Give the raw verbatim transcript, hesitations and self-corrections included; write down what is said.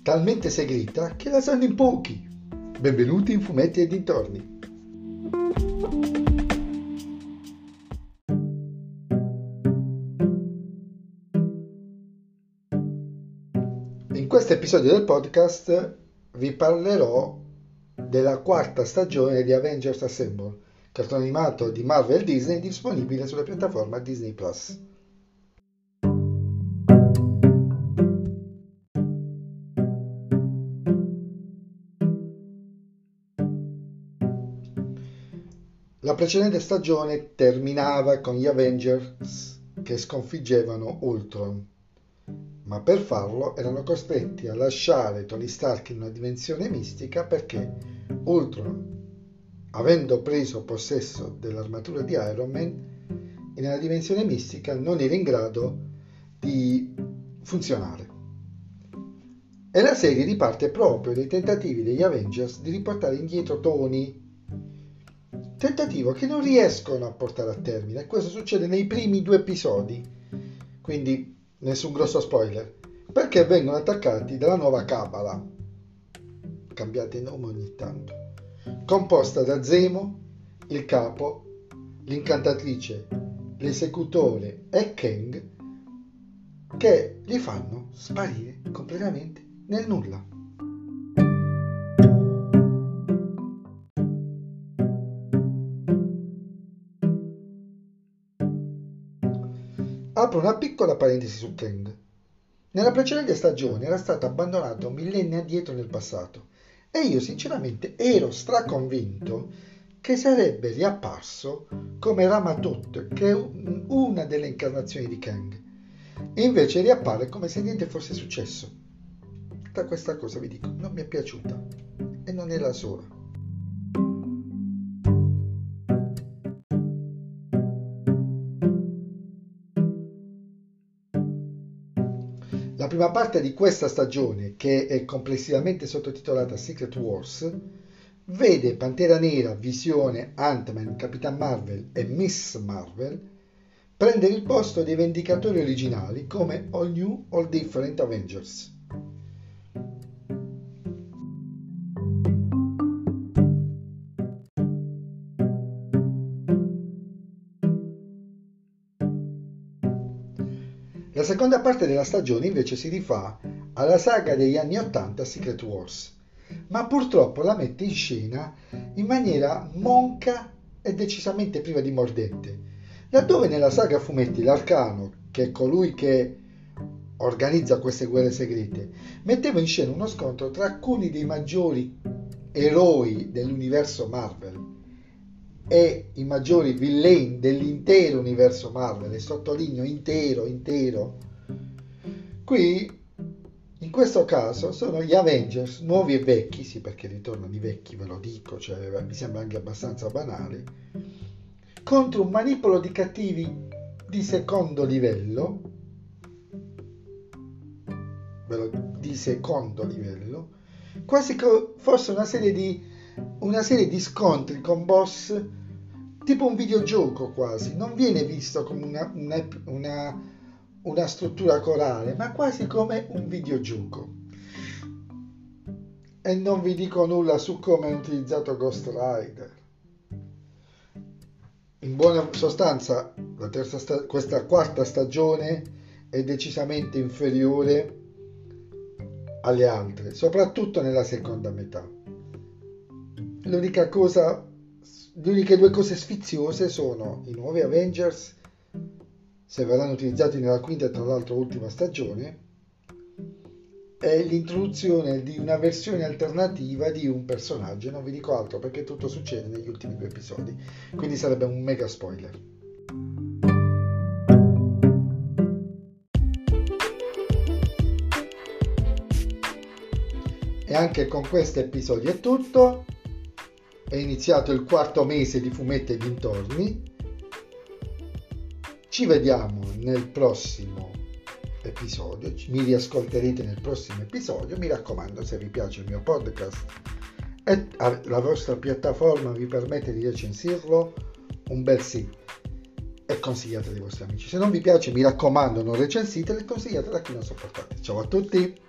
talmente segreta che la sanno in pochi. Benvenuti in Fumetti e dintorni. In questo episodio del podcast vi parlerò della quarta stagione di Avengers Assemble, cartone animato di Marvel Disney disponibile sulla piattaforma Disney Plus. La precedente stagione terminava con gli Avengers che sconfiggevano Ultron, ma per farlo erano costretti a lasciare Tony Stark in una dimensione mistica perché Ultron, avendo preso possesso dell'armatura di Iron Man, nella dimensione mistica non era in grado di funzionare. E la serie riparte proprio dai tentativi degli Avengers di riportare indietro Tony, tentativo che non riescono a portare a termine. Questo succede nei primi due episodi, quindi nessun grosso spoiler, perché vengono attaccati dalla nuova Cabala, cambiate nome ogni tanto, composta da Zemo, il capo, l'incantatrice, l'esecutore e Kang, che li fanno sparire completamente nel nulla. Apro una piccola parentesi su Kang. Nella precedente stagione era stato abbandonato millenni addietro nel passato e io sinceramente ero straconvinto che sarebbe riapparso come Rama-Tut, che è una delle incarnazioni di Kang, e invece riappare come se niente fosse successo. Da questa cosa vi dico, non mi è piaciuta e non è la sola. La prima parte di questa stagione, che è complessivamente sottotitolata Secret Wars, vede Pantera Nera, Visione, Ant-Man, Capitan Marvel e Miss Marvel prendere il posto dei Vendicatori originali come All New, All Different Avengers. La seconda parte della stagione invece si rifà alla saga degli anni ottanta Secret Wars, ma purtroppo la mette in scena in maniera monca e decisamente priva di mordente. Laddove nella saga fumetti l'Arcano, che è colui che organizza queste guerre segrete, metteva in scena uno scontro tra alcuni dei maggiori eroi dell'universo Marvel e i maggiori villain dell'intero universo Marvel, e sottolineo intero, intero. Qui, in questo caso, sono gli Avengers, nuovi e vecchi, sì, perché ritornano i vecchi, ve lo dico, cioè mi sembra anche abbastanza banale, contro un manipolo di cattivi di secondo livello, ve lo di secondo livello, quasi che fosse una serie di una serie di scontri con boss tipo un videogioco quasi. Non viene visto come una, una, una, una struttura corale, ma quasi come un videogioco. E non vi dico nulla su come è utilizzato Ghost Rider. In buona sostanza, la terza sta- questa quarta stagione è decisamente inferiore alle altre, soprattutto nella seconda metà. L'unica cosa, le uniche due cose sfiziose sono i nuovi Avengers, se verranno utilizzati nella quinta e tra l'altro ultima stagione, e l'introduzione di una versione alternativa di un personaggio. Non vi dico altro perché tutto succede negli ultimi due episodi, quindi sarebbe un mega spoiler. E anche con questo episodio è tutto. È iniziato il quarto mese di Fumetti e dintorni. Ci vediamo nel prossimo episodio, mi riascolterete nel prossimo episodio. Mi raccomando, se vi piace il mio podcast e la vostra piattaforma vi permette di recensirlo, un bel sì, e consigliatelo ai vostri amici. Se non vi piace, mi raccomando, non recensitelo e consigliatelo a chi non sopportate. Ciao a tutti!